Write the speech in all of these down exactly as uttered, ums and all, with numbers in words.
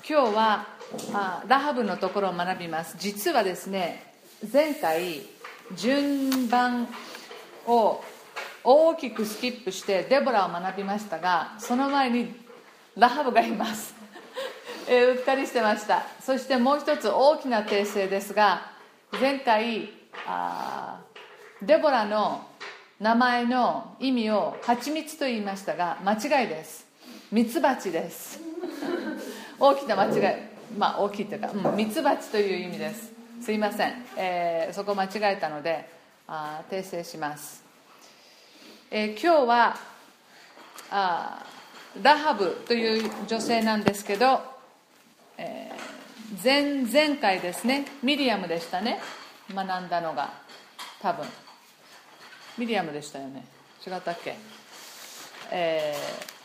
今日はあラハブのところを学びます。実はですね、前回順番を大きくスキップしてデボラを学びましたが、その前にラハブがいますえー、うっかりしてました。そしてもう一つ大きな訂正ですが、前回あデボラの名前の意味を蜂蜜と言いましたが、間違いです。ミツバチです大きな間違い、まあ大きいというか、うん、ミツバチという意味です。すいません、えー、そこ間違えたのであ訂正します。えー、今日はあラハブという女性なんですけど、えー、前, 前回ですね、ミリアムでしたね、学んだのが。多分ミリアムでしたよね、違ったっけ、え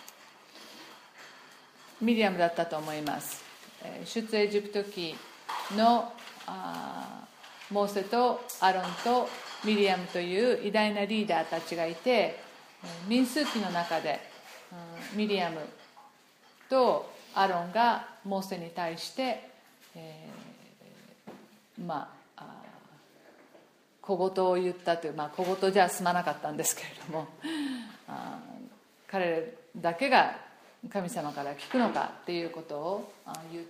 ー、ミリアムだったと思います。出エジプト記のあモーセとアロンとミリアムという偉大なリーダーたちがいて、民数記の中で、うん、ミリアムとアロンがモーセに対して、えー、まあ小言を言ったという、まあ小言じゃ済まなかったんですけれども、あ彼だけが神様から聞くのかっていうことを言って、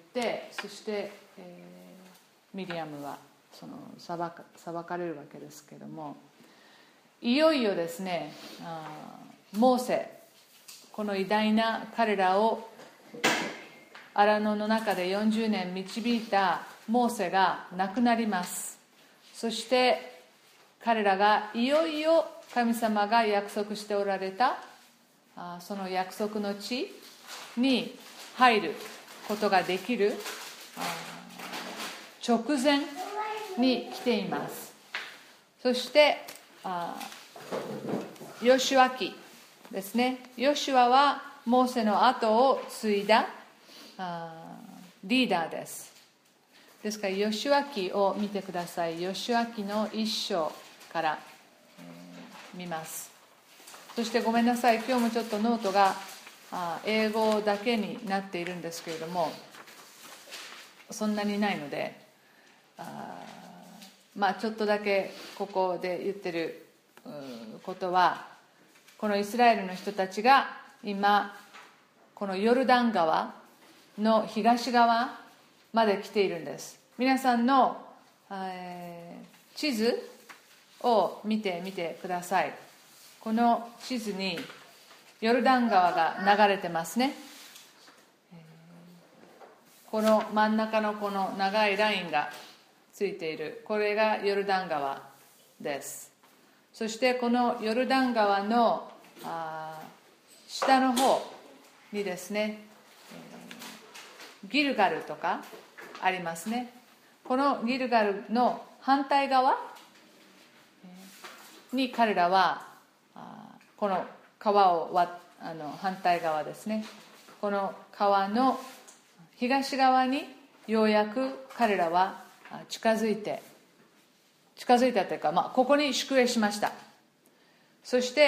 そして、えー、ミリアムはその裁か、裁かれるわけですけれども、いよいよですね、あモーセ、この偉大な彼らを荒野の中でよんじゅうねん導いたモーセが亡くなります。そして彼らがいよいよ神様が約束しておられたその約束の地に入ることができる直前に来ています。そしてヨシュア記ですね。ヨシュアはモーセの後を継いだリーダーです。ですからヨシュア記を見てください。ヨシュア記の一章から、えー、見ます。そしてごめんなさい、今日もちょっとノートがあ英語だけになっているんですけれども、そんなにないので、あまあちょっとだけここで言ってることは、このイスラエルの人たちが今このヨルダン川の東側まで来ているんです。皆さんの、えー、地図を見てみてください。この地図にヨルダン川が流れてますね。この真ん中のこの長いラインがついている、これがヨルダン川です。そしてこのヨルダン川のあ下の方にですね、ギルガルとかありますね。このギルガルの反対側に彼らはこの川をわあの反対側ですね、この川の東側にようやく彼らは近づいて近づいたというか、まあ、ここに宿営しました。そして、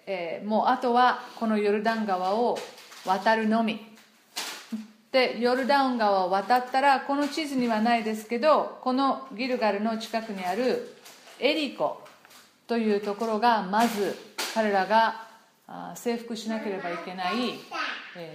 えー、もうあとはこのヨルダン川を渡るのみで、ヨルダン川を渡ったら、この地図にはないですけど、このギルガルの近くにあるエリコというところがまず彼らが征服しなければいけない、え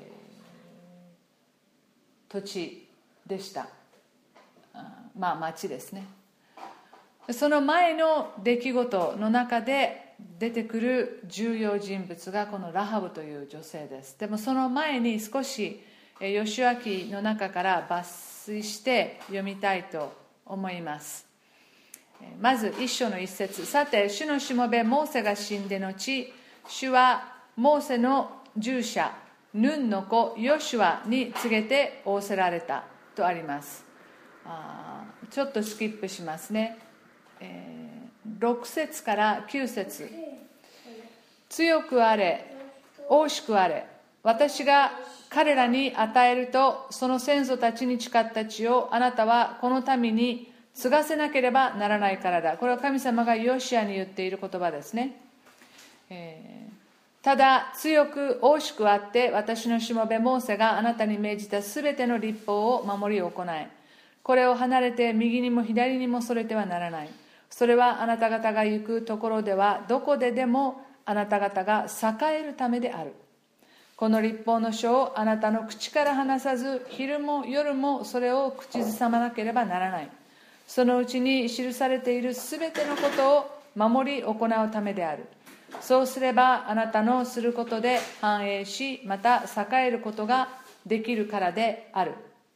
ー、土地でした。まあ町ですね。その前の出来事の中で出てくる重要人物がこのラハブという女性です。でもその前に少しヨシュア記の中から抜粋して読みたいと思います。まず一章の一節。さて主のしもべモーセが死んで後、主はモーセの従者ヌンの子ヨシュアに告げて仰せられたとあります。あちょっとスキップしますね、えー、ろく節からきゅう節。強くあれ大しくあれ、私が彼らに与えるとその先祖たちに誓った地をあなたはこの民に継がせなければならないからだ。これは神様がヨシュアに言っている言葉ですね。えー、 ただ強く大しくあって、私のしもべモーセがあなたに命じたすべての律法を守り行い、これを離れて右にも左にもそれてはならない。それはあなた方が行くところではどこででもあなた方が栄えるためである。この律法の書をあなたの口から離さず、昼も夜もそれを口ずさまなければならない。そのうちに記されているすべてのことを守り行うためである。そうすればあなたのすることで繁栄し、また栄えることができるからである。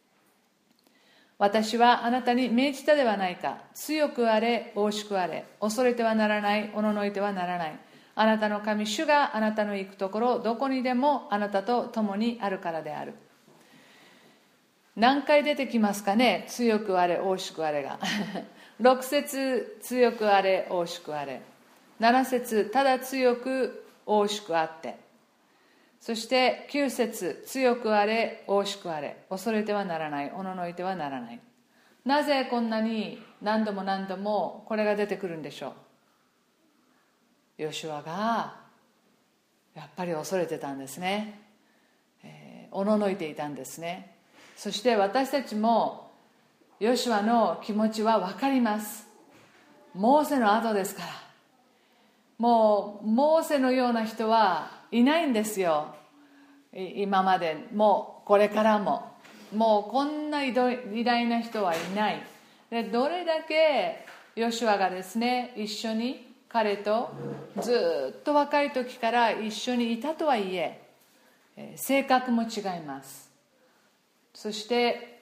私はあなたに命じたではないか。強くあれ、大しくあれ。恐れてはならない、おののいてはならない。あなたの神主があなたの行くところ、どこにでもあなたと共にあるからである。何回出てきますかね、強くあれ、大しくあれが。ろく節、強くあれ、大しくあれ。なな節、ただ強く大しくあって。そしてきゅう節、強くあれ、大しくあれ。恐れてはならない、おののいてはならない。なぜこんなに何度も何度もこれが出てくるんでしょう。ヨシュアがやっぱり恐れてたんですね。えー、おののいていたんですね。そして私たちもヨシュアの気持ちは分かります。モーセの後ですから。もうモーセのような人はいないんですよ。今までもこれからももうこんな偉大な人はいない。でどれだけヨシュアがですね、一緒に彼とずっと若い時から一緒にいたとはいえ、性格も違います。そして、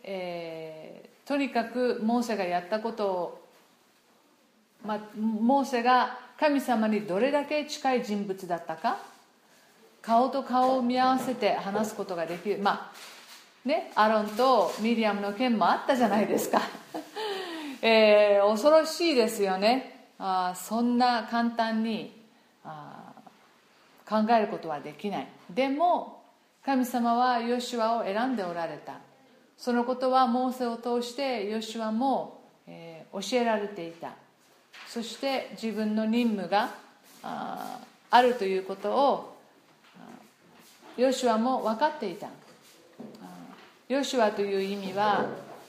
えー、とにかくモーセがやったことを、まあ、モーセが神様にどれだけ近い人物だったか、顔と顔を見合わせて話すことができる。まあね、アロンとミリアムの件もあったじゃないですか、えー、恐ろしいですよね。あ、そんな簡単にあ考えることはできない。でも神様はヨシュアを選んでおられた。そのことはモーセを通してヨシュアも、えー、教えられていた。そして自分の任務が あ, あるということをヨシュアも分かっていた。ヨシュアという意味は、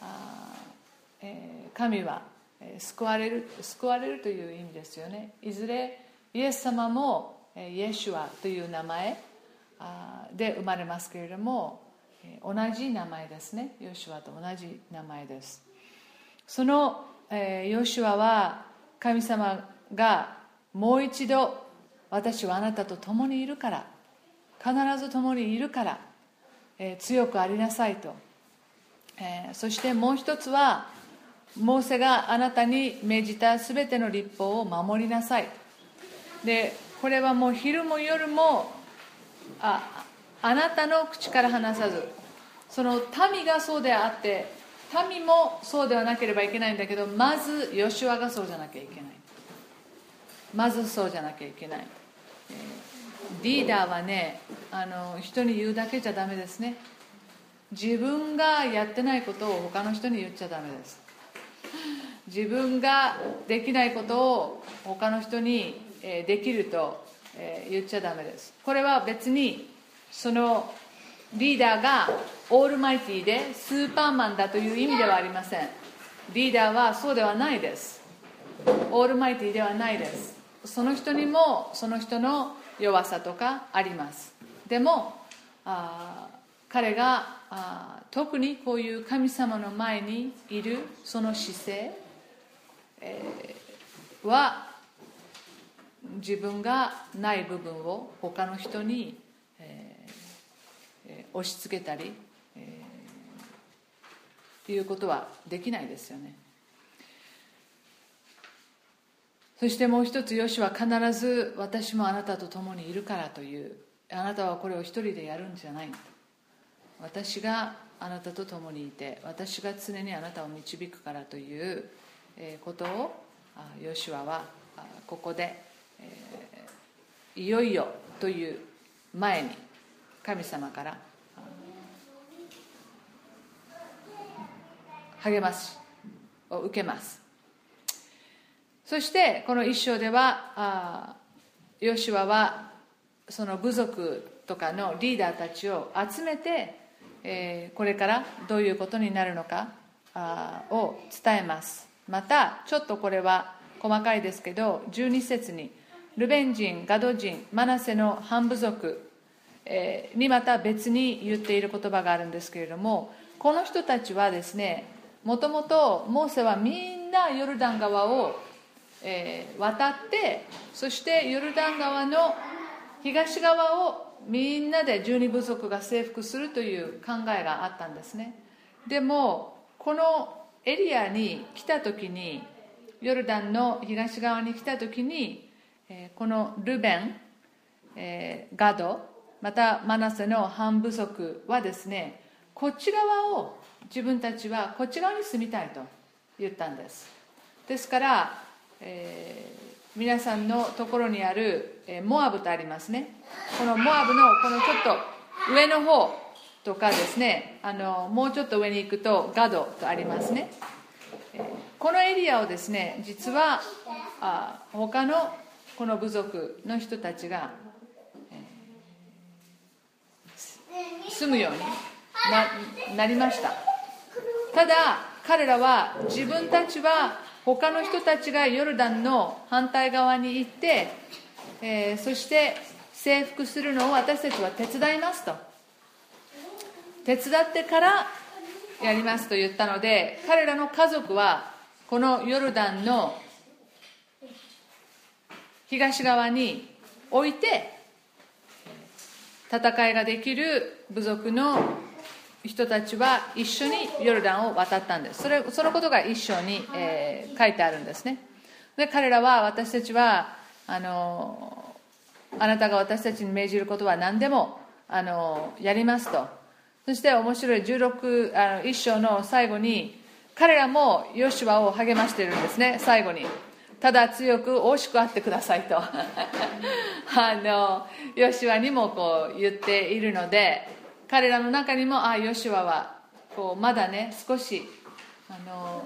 えー、神は救われる、救われるという意味ですよね。いずれイエス様もイエシュアという名前で生まれますけれども、同じ名前ですね。ヨシュアと同じ名前です。その、えー、ヨシュアは神様がもう一度、私はあなたと共にいるから、必ず共にいるから、えー、強くありなさいと、えー、そしてもう一つは、モーセがあなたに命じたすべての律法を守りなさい。でこれはもう昼も夜も あ, あなたの口から離さず、その民がそうであって、民もそうではなければいけないんだけど、まずヨシュアがそうじゃなきゃいけない。まずそうじゃなきゃいけない。リーダーはね、あの人に言うだけじゃダメですね。自分がやってないことを他の人に言っちゃダメです。自分ができないことを他の人にできると言っちゃダメです。これは別にそのリーダーがオールマイティでスーパーマンだという意味ではありません。リーダーはそうではないです。オールマイティではないです。その人にもその人の弱さとかあります。でもあ彼があ特にこういう神様の前にいるその姿勢、えー、は自分がない部分を他の人に、えー、押し付けたり、えー、いうことはできないですよね。そしてもう一つ、ヨシュは必ず私もあなたと共にいるからという、あなたはこれを一人でやるんじゃない、私があなたと共にいて私が常にあなたを導くからということをヨシュアはここでいよいよという前に神様から励ましを受けます。そしてこの一章ではヨシュアはその部族とかのリーダーたちを集めて、えー、これからどういうことになるのかあを伝えます。またちょっとこれは細かいですけど、じゅうに節にルベン人、ガド人、マナセの半部族にまた別に言っている言葉があるんですけれども、この人たちはですね、もともとモーセはみんなヨルダン川を、えー、渡って、そしてヨルダン川の東側をみんなでじゅうに部族が征服するという考えがあったんですね。でもこのエリアに来た時に、ヨルダンの東側に来た時に、えー、このルベン、えー、ガド、またマナセの半部族はですね、こっち側を自分たちはこっち側に住みたいと言ったんです。ですから、えー、皆さんのところにある、えー、モアブとありますね。このモアブのこのちょっと上の方とかですね、あのもうちょっと上に行くとガドとありますね。えー、このエリアをですね、実はあ他のこの部族の人たちが、えー、住むように な, なりました。ただ彼らは自分たちは他の人たちがヨルダンの反対側に行って、えー、そして征服するのを私たちは手伝いますと、手伝ってからやりますと言ったので、彼らの家族はこのヨルダンの東側に置いて、戦いができる部族の人たちは一緒にヨルダンを渡ったんです。それそのことが一章に、えー、書いてあるんですね。で彼らは、私たちはあのあなたが私たちに命じることは何でもあのやりますと。そして面白いじゅうろくあのいっ章の最後に、彼らもヨシュアを励ましているんですね。最後に、ただ強く惜しくあってくださいとあのヨシュアにもこう言っているので、彼らの中にも、ああヨシュアはこうまだね、少しあの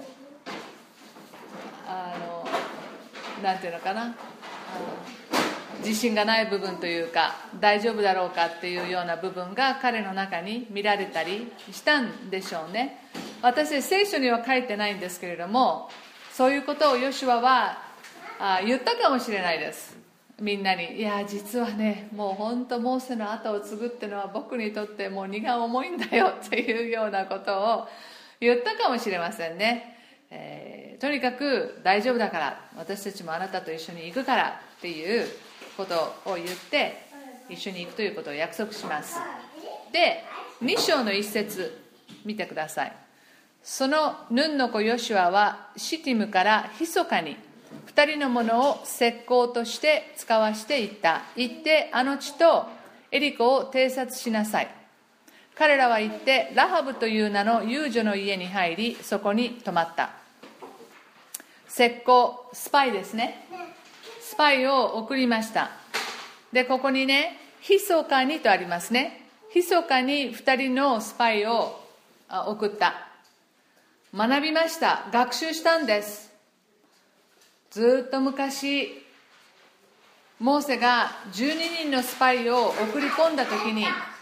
あのなんていうのかな、あの自信がない部分というか、大丈夫だろうかっていうような部分が彼の中に見られたりしたんでしょうね。私聖書には書いてないんですけれども、そういうことをヨシュアはあ言ったかもしれないです。みんなに、いや実はね、もう本当モーセの後を継ぐっていうのは僕にとってもう荷が重いんだよっていうようなことを言ったかもしれませんね。えー、とにかく大丈夫だから、私たちもあなたと一緒に行くからっていうことを言って一緒に行くということを約束します。でに章の一節見てください。そのヌンの子ヨシュアはシティムからひそかに二人の者を石膏として使わしていった。行ってあの地とエリコを偵察しなさい。彼らは行ってラハブという名の遊女の家に入り、そこに泊まった。石膏、スパイですね。スパイを送りました。でここにね、ひそかにとありますね。ひそかに二人のスパイを送った。学びました。学習したんです。ずっと昔モーセがじゅうににんのスパイを送り込んだ時に、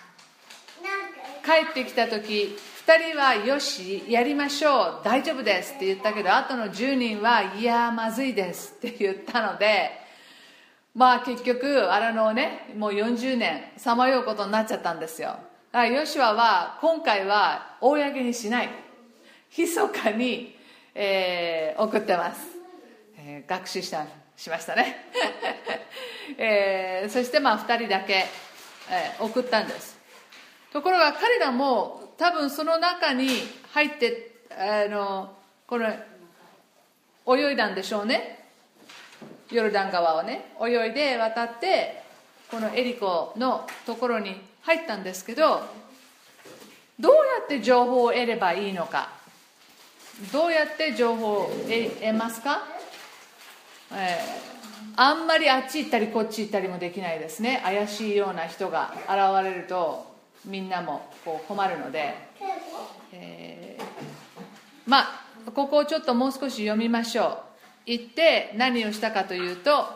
帰ってきた時ふたりはよしやりましょう大丈夫ですって言ったけど、あとのじゅうにんはいやまずいですって言ったので、まあ結局あれのね、もうよんじゅうねんさまようことになっちゃったんですよ。だからヨシュアは今回は公にしない、密かに、えー、送ってます。えー、学習したしましたね、えー、そしてまあふたりだけ、えー、送ったんです。ところが彼らも多分その中に入ってあのこの泳いだんでしょうね。ヨルダン川をね泳いで渡ってこのエリコのところに入ったんですけど、どうやって情報を得ればいいのか、どうやって情報を得ますか。えー、あんまりあっち行ったりこっち行ったりもできないですね。怪しいような人が現れるとみんなもこう困るので、えー、まあここをちょっともう少し読みましょう。行って何をしたかというと、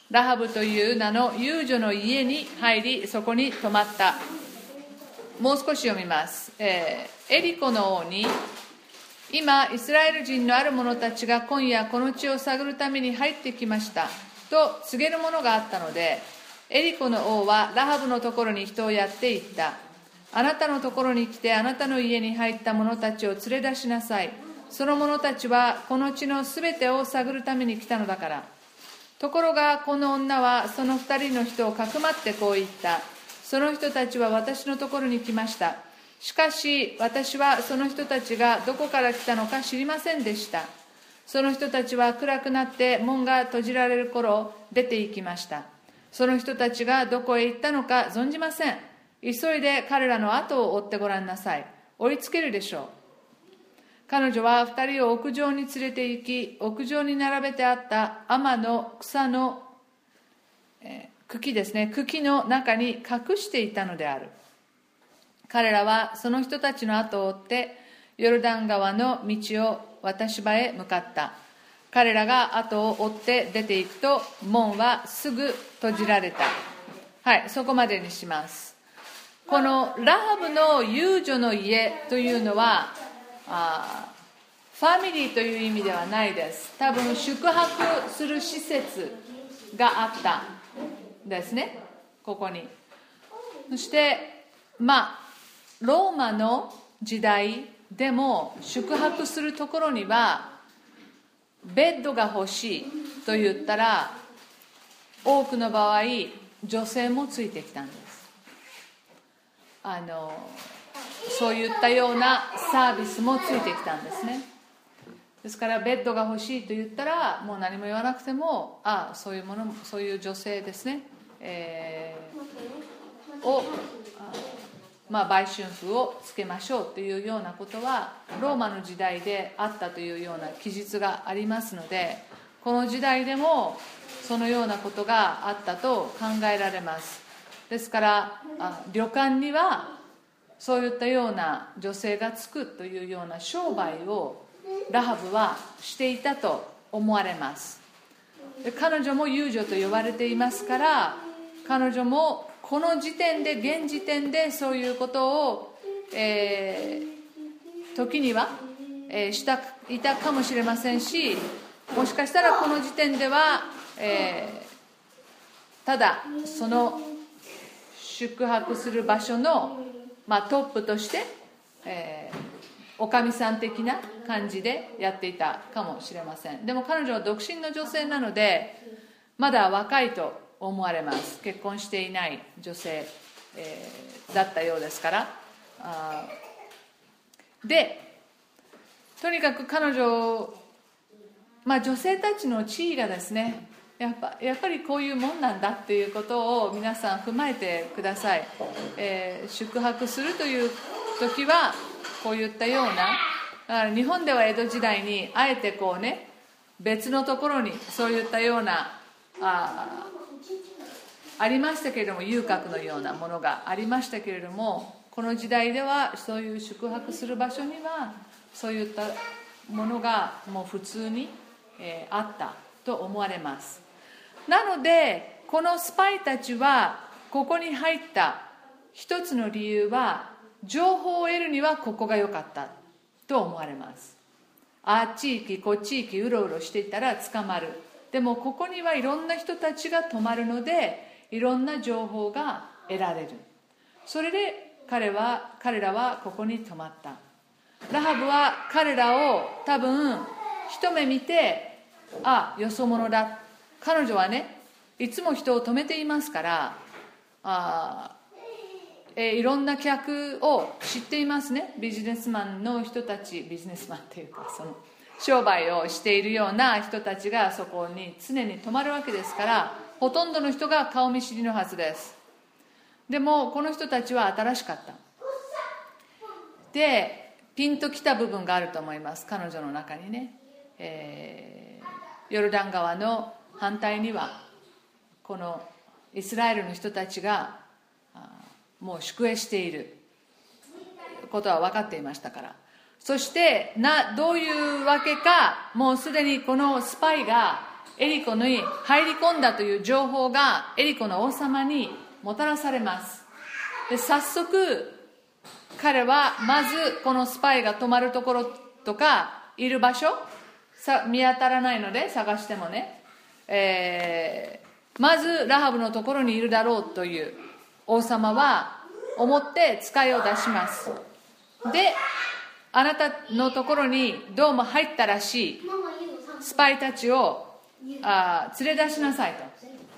ラハブという名の遊女の家に入り、そこに泊まった。もう少し読みます。えー、エリコの王に、今イスラエル人のある者たちが今夜この地を探るために入ってきましたと告げるものがあったので、エリコの王はラハブのところに人をやって言った。あなたのところに来てあなたの家に入った者たちを連れ出しなさい。その者たちはこの地のすべてを探るために来たのだから。ところがこの女はその二人の人をかくまってこう言った。その人たちは私のところに来ました。しかし私はその人たちがどこから来たのか知りませんでした。その人たちは暗くなって門が閉じられる頃出て行きました。その人たちがどこへ行ったのか存じません。急いで彼らの後を追ってごらんなさい。追いつけるでしょう。彼女は二人を屋上に連れて行き、屋上に並べてあった天の草の、えー、茎ですね、茎の中に隠していたのである。彼らはその人たちの後を追ってヨルダン川の道を渡し場へ向かった。彼らが後を追って出ていくと門はすぐ閉じられた。はい、そこまでにします。このラハブの遊女の家というのはあファミリーという意味ではないです。多分宿泊する施設があったですね、ここに。そしてまあローマの時代でも宿泊するところにはベッドが欲しいと言ったら多くの場合女性もついてきたんです。あのそういったようなサービスもついてきたんですね。ですからベッドが欲しいと言ったらもう何も言わなくても、ああそういうもの、そういう女性ですね、えー、をまあ、売春婦をつけましょうというようなことはローマの時代であったというような記述がありますので、この時代でもそのようなことがあったと考えられます。ですから旅館にはそういったような女性がつくというような商売をラハブはしていたと思われます。で彼女も遊女と呼ばれていますから、彼女もこの時点で現時点でそういうことを、えー、時には、えー、したいたかもしれませんし、もしかしたらこの時点では、えー、ただその宿泊する場所の、まあ、トップとして、えー、おかみさん的な感じでやっていたかもしれません。でも彼女は独身の女性なのでまだ若いと思われます。結婚していない女性、えー、だったようですから。あでとにかく彼女、まあ、女性たちの地位がですね、やっぱ、やっぱりこういうもんなんだっていうことを皆さん踏まえてください。えー、宿泊するという時はこういったような、だから日本では江戸時代にあえてこうね、別のところにそういったようなあありましたけれども、遊郭のようなものがありましたけれども、この時代ではそういう宿泊する場所にはそういったものがもう普通に、えー、あったと思われます。なのでこのスパイたちはここに入った一つの理由は、情報を得るにはここが良かったと思われます。あっち行きこっち行きうろうろしていたら捕まる。でもここにはいろんな人たちが泊まるのでいろんな情報が得られる。それで彼は彼らはここに泊まった。ラハブは彼らを多分一目見て、あ、よそ者だ。彼女はね、いつも人を泊めていますから、あ、えー、いろんな客を知っていますね。ビジネスマンの人たち、ビジネスマンっていうかその商売をしているような人たちがそこに常に泊まるわけですから、ほとんどの人が顔見知りのはずです。でもこの人たちは新しかった。でピンときた部分があると思います。彼女の中にね、えー、ヨルダン川の反対にはこのイスラエルの人たちがもう宿営していることは分かっていましたから。そしてなどういうわけか、もうすでにこのスパイがエリコに入り込んだという情報がエリコの王様にもたらされます。で、早速彼はまずこのスパイが泊まるところとかいる場所さ見当たらないので探してもね、えー、まずラハブのところにいるだろうという王様は思って使いを出します。で、あなたのところにどうも入ったらしいスパイたちをあ連れ出しなさいと。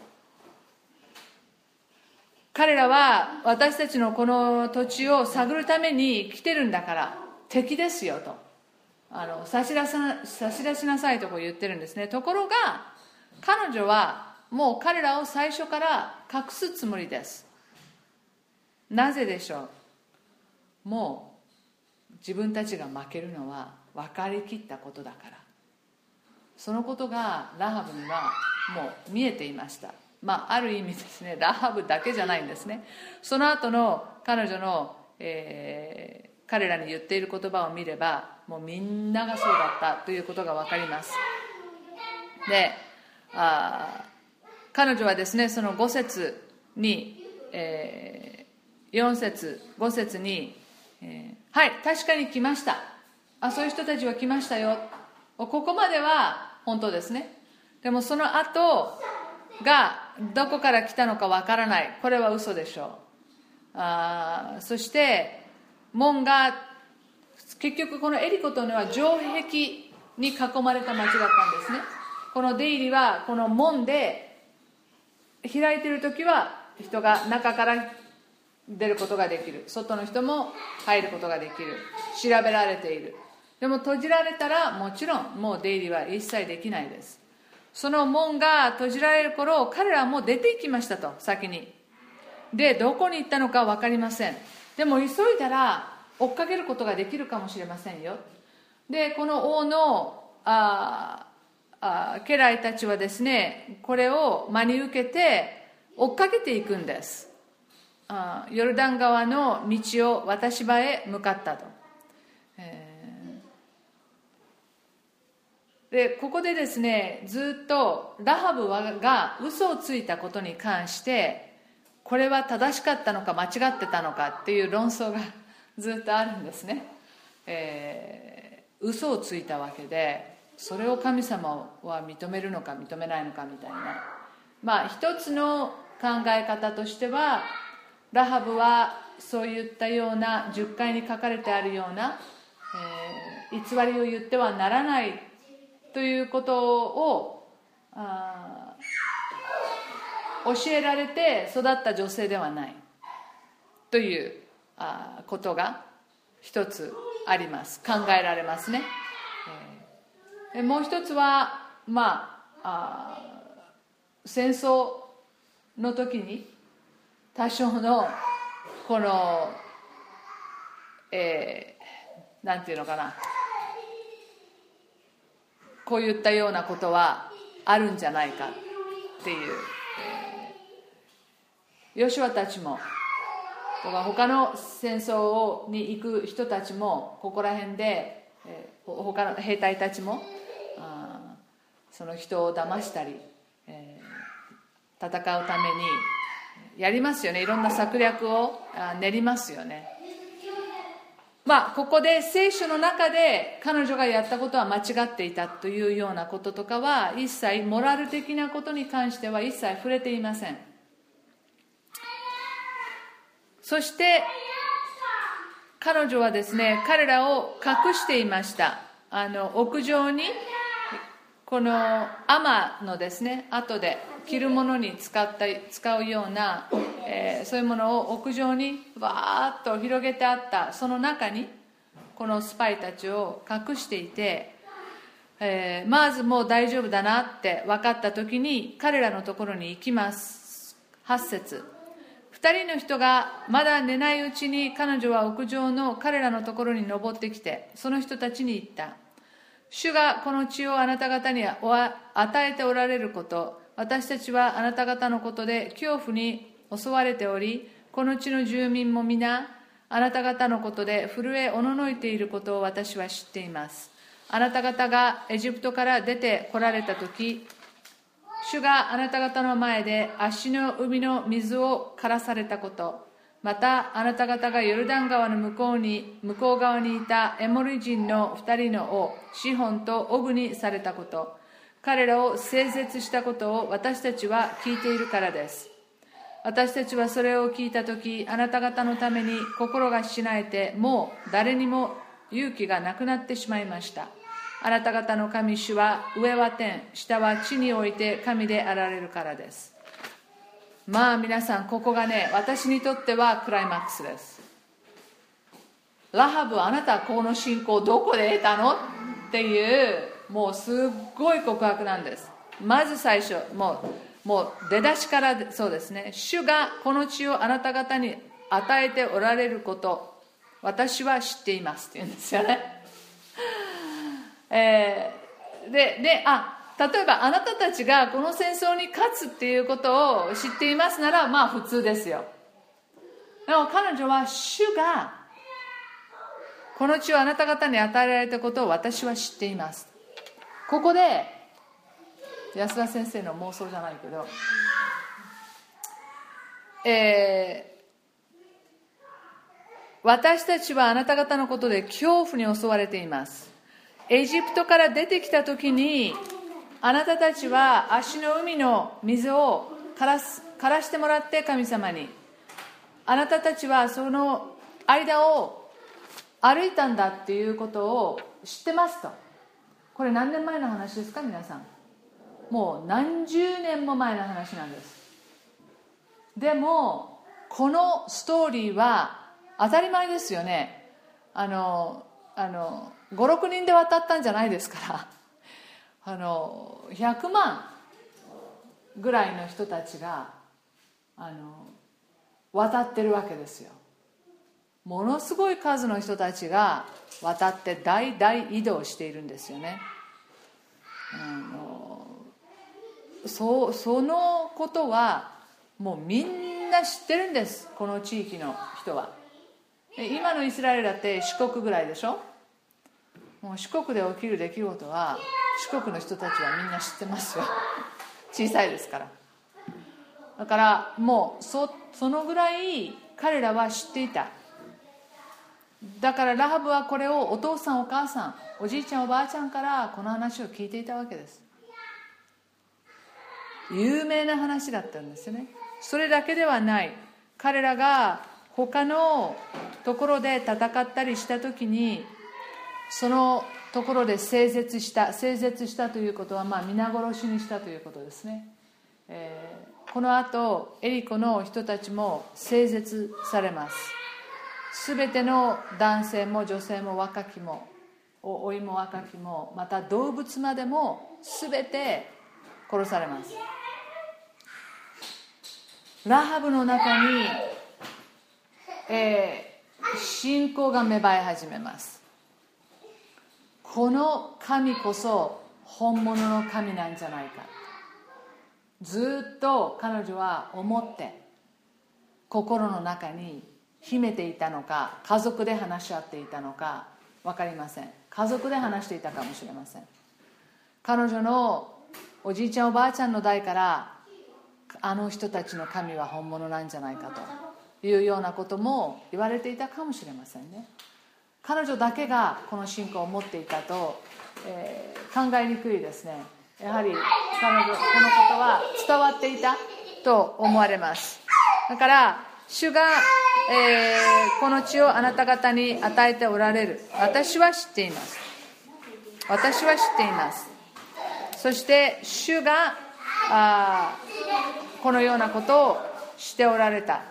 彼らは私たちのこの土地を探るために来てるんだから敵ですよと、あの差し出さ差し出しなさいとこう言ってるんですね。ところが彼女はもう彼らを最初から隠すつもりです。なぜでしょう。もう自分たちが負けるのは分かりきったことだから。そのことがラハブにはもう見えていました。まあある意味ですね、ラハブだけじゃないんですね。その後の彼女の、えー、彼らに言っている言葉を見ればもうみんながそうだったということが分かります。で、あ彼女はですね、そのご節に、えー、よん節ご節に、えー、はい確かに来ました、あそういう人たちは来ましたよ、ここまでは本当ですね。でもその後がどこから来たのかわからない、これは嘘でしょう。あそして門が結局このエリコというのは城壁に囲まれた町だったんですね。この出入りはこの門で開いている時は人が中から出ることができる、外の人も入ることができる、調べられている。でも閉じられたらもちろんもう出入りは一切できないです。その門が閉じられる頃彼らはもう出て行きましたと、先に。でどこに行ったのか分かりません。でも急いだら追っかけることができるかもしれませんよ。でこの王のああ家来たちはですね、これを真に受けて追っかけていくんです。あヨルダン川の道を渡し場へ向かったと。でここでですね、ずっとラハブが嘘をついたことに関してこれは正しかったのか間違ってたのかっていう論争がずっとあるんですね。えー、嘘をついたわけで、それを神様は認めるのか認めないのかみたいな、まあ一つの考え方としてはラハブはそういったようなじゅっかいに書かれてあるような、えー、偽りを言ってはならないということをあ教えられて育った女性ではないというあことが一つあります。考えられますね。えー、もう一つは、まあ、あ戦争の時に多少のこの、えー、なんていうのかな、こういったようなことはあるんじゃないかっていう、えー、ヨシュアたちもとか他の戦争に行く人たちもここら辺で、えー、他の兵隊たちもあその人を騙したり、えー、戦うためにやりますよね。いろんな策略を練りますよね。まあ、ここで聖書の中で彼女がやったことは間違っていたというようなこととかは一切モラル的なことに関しては一切触れていません。そして彼女はですね、彼らを隠していました。あの屋上にこのアマのですね、後で着るものに使った使うような、えー、そういうものを屋上にわーっと広げてあった、その中にこのスパイたちを隠していて、えー、まずもう大丈夫だなって分かった時に彼らのところに行きます。はち節、二人の人がまだ寝ないうちに彼女は屋上の彼らのところに登ってきて、その人たちに言った。主がこの地をあなた方に与えておられること、私たちはあなた方のことで恐怖に襲われており、この地の住民も皆あなた方のことで震えおののいていることを私は知っています。あなた方がエジプトから出て来られた時、 主があなた方の前で足の海の水を枯らされたこと、またあなた方がヨルダン川の向こうに向こう側にいたエモリ人の二人の王シホンとオグにされたこと、彼らを整絶したことを私たちは聞いているからです。私たちはそれを聞いたとき、あなた方のために心がしなえて、もう誰にも勇気がなくなってしまいました。あなた方の神主は上は天、下は地において神であられるからです。まあ皆さん、ここがね、私にとってはクライマックスです。ラハブ、あなたはこの信仰をどこで得たのっていう、もうすっごい告白なんです。まず最初、もうもう出だしからそうですね。主がこの地をあなた方に与えておられること、私は知っていますって言うんですよね。えー、でであ例えばあなたたちがこの戦争に勝つっていうことを知っていますなら、まあ普通ですよ。でも彼女は、主がこの地をあなた方に与えられたことを私は知っています。ここで安田先生の妄想じゃないけど、えー、私たちはあなた方のことで恐怖に襲われています。エジプトから出てきたときに、あなたたちは足の海の水を枯らす、枯らしてもらって神様に、あなたたちはその間を歩いたんだっていうことを知ってますと。これ何年前の話ですか皆さん。もう何十年も前の話なんです。でもこのストーリーは当たり前ですよね。あのあのご、ろくにんで渡ったんじゃないですからあのひゃくまんぐらいの人たちがあの渡ってるわけですよ。ものすごい数の人たちが渡って大大移動しているんですよね。あの そ, そのことはもうみんな知ってるんです。この地域の人は。今のイスラエルだって四国ぐらいでしょ。もう四国で起きる出来事は四国の人たちはみんな知ってますよ。小さいですから。だからもう そ, そのぐらい彼らは知っていた。だからラハブはこれをお父さんお母さんおじいちゃんおばあちゃんからこの話を聞いていたわけです。有名な話だったんですよね。それだけではない。彼らが他のところで戦ったりした時に、そのところで整絶した整絶したということは、まあ皆殺しにしたということですね。えー、この後エリコの人たちも整絶されます。すべての男性も女性も若きも老いも若きも、また動物までもすべて殺されます。ラハブの中に、えー、信仰が芽生え始めます。この神こそ本物の神なんじゃないか、ずっと彼女は思って心の中に秘めていたのか、家族で話し合っていたのか分かりません。家族で話していたかもしれません。彼女のおじいちゃんおばあちゃんの代からあの人たちの神は本物なんじゃないかというようなことも言われていたかもしれませんね。彼女だけがこの信仰を持っていたと、えー、考えにくいですね。やはり彼女このことは伝わっていたと思われます。だから主が、えー、この地をあなた方に与えておられる。私は知っています。私は知っています。そして主があこのようなことをしておられた。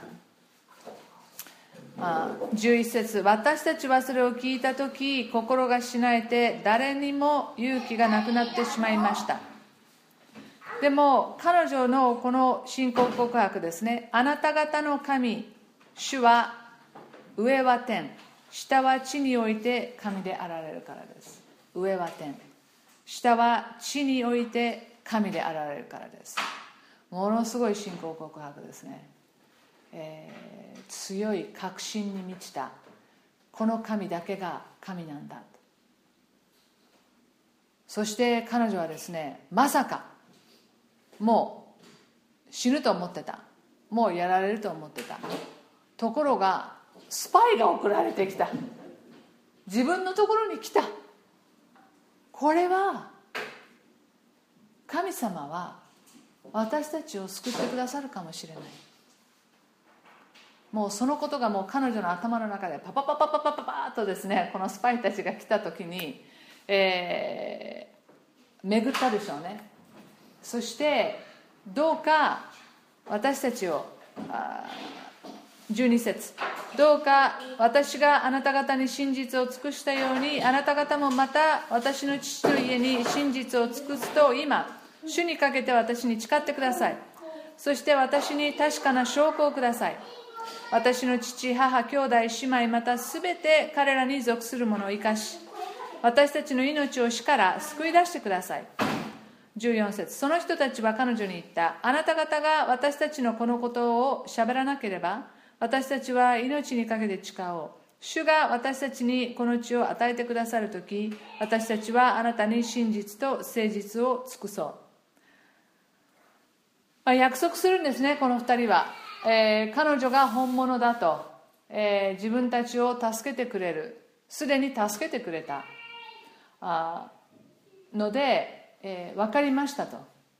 じゅういち節、私たちはそれを聞いたとき心がしなえて誰にも勇気がなくなってしまいました。でも彼女のこの信仰告白ですね。あなた方の神主は上は天下は地において神であられるからです。上は天下は地において神であられるからです。ものすごい信仰告白ですね。えー、強い確信に満ちた、この神だけが神なんだと。そして彼女はですね、まさかもう死ぬと思ってた。もうやられると思ってた。ところがスパイが送られてきた。自分のところに来た。これは神様は私たちを救ってくださるかもしれない。もうそのことがもう彼女の頭の中でパパパパパパパパッとですね、このスパイたちが来た時に、えー、巡ったでしょうね。そしてどうか私たちをじゅうに節、どうか私があなた方に真実を尽くしたようにあなた方もまた私の父の家に真実を尽くすと今主にかけて私に誓ってください。そして私に確かな証拠をください。私の父、母、兄弟、姉妹またすべて彼らに属する者を生かし、私たちの命を死から救い出してください。じゅうよん節、その人たちは彼女に言った。あなた方が私たちのこのことを喋らなければ私たちは命にかけて誓おう。主が私たちにこの地を与えてくださるとき、私たちはあなたに真実と誠実を尽くそう。まあ、約束するんですね、この二人は。えー、彼女が本物だと、えー、自分たちを助けてくれる、すでに助けてくれたあので、えー、分かりましたと。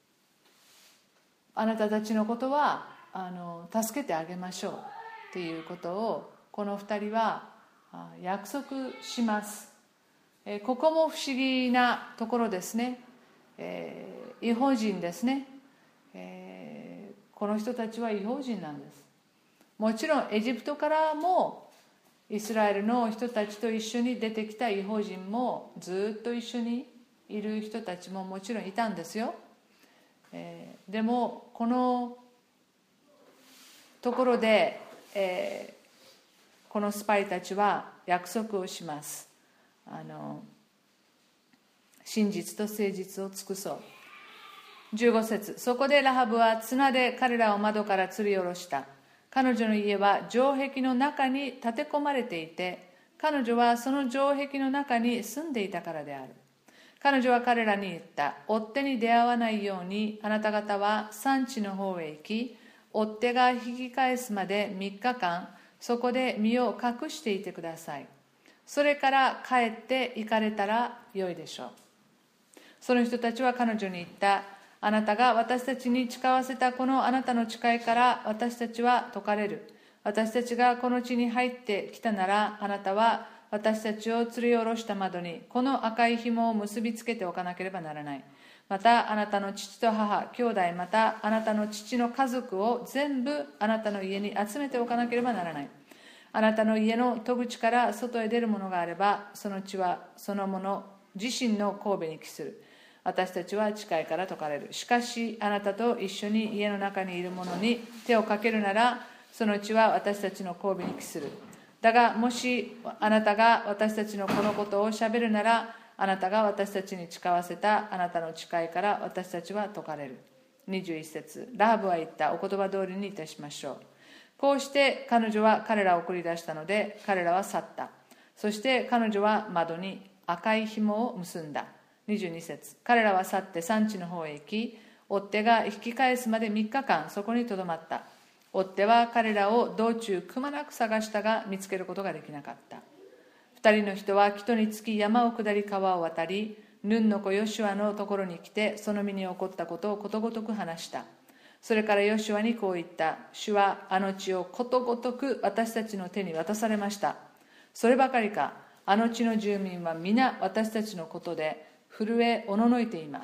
あなたたちのことはあの助けてあげましょうということをこの二人は約束します。えー、ここも不思議なところですね。えー、異邦人ですね。えーこの人たちは異邦人なんです。もちろんエジプトからもイスラエルの人たちと一緒に出てきた異邦人もずっと一緒にいる人たちももちろんいたんですよ。えー、でもこのところで、えー、このスパイたちは約束をします。あの真実と誠実を尽くそう。じゅうご節、そこでラハブは綱で彼らを窓から吊り下ろした。彼女の家は城壁の中に建て込まれていて、彼女はその城壁の中に住んでいたからである。彼女は彼らに言った。追っ手に出会わないようにあなた方は山地の方へ行き、追っ手が引き返すまでみっかかんそこで身を隠していてください。それから帰って行かれたらよいでしょう。その人たちは彼女に言った。あなたが私たちに誓わせたこのあなたの誓いから私たちは解かれる。私たちがこの地に入ってきたなら、あなたは私たちを吊り下ろした窓にこの赤い紐を結びつけておかなければならない。またあなたの父と母、兄弟、またあなたの父の家族を全部あなたの家に集めておかなければならない。あなたの家の戸口から外へ出るものがあれば、その地はその者自身の神戸に帰する。私たちは誓いから解かれる。しかしあなたと一緒に家の中にいる者に手をかけるなら、その地は私たちの神戸に帰する。だがもしあなたが私たちのこのことをしゃべるなら、あなたが私たちに誓わせたあなたの誓いから私たちは解かれる。にじゅういち節、ラハブは言った。お言葉通りにいたしましょう。こうして彼女は彼らを送り出したので、彼らは去った。そして彼女は窓に赤い紐を結んだ。にじゅうに節、彼らは去って山地の方へ行き、追っ手が引き返すまでみっかかんそこにとどまった。追っ手は彼らを道中くまなく探したが見つけることができなかった。二人の人は木戸につき山を下り川を渡り、ヌンの子ヨシュアのところに来て、その身に起こったことをことごとく話した。それからヨシュアにこう言った。主はあの地をことごとく私たちの手に渡されました。そればかりか、あの地の住民は皆私たちのことで震えおののいています。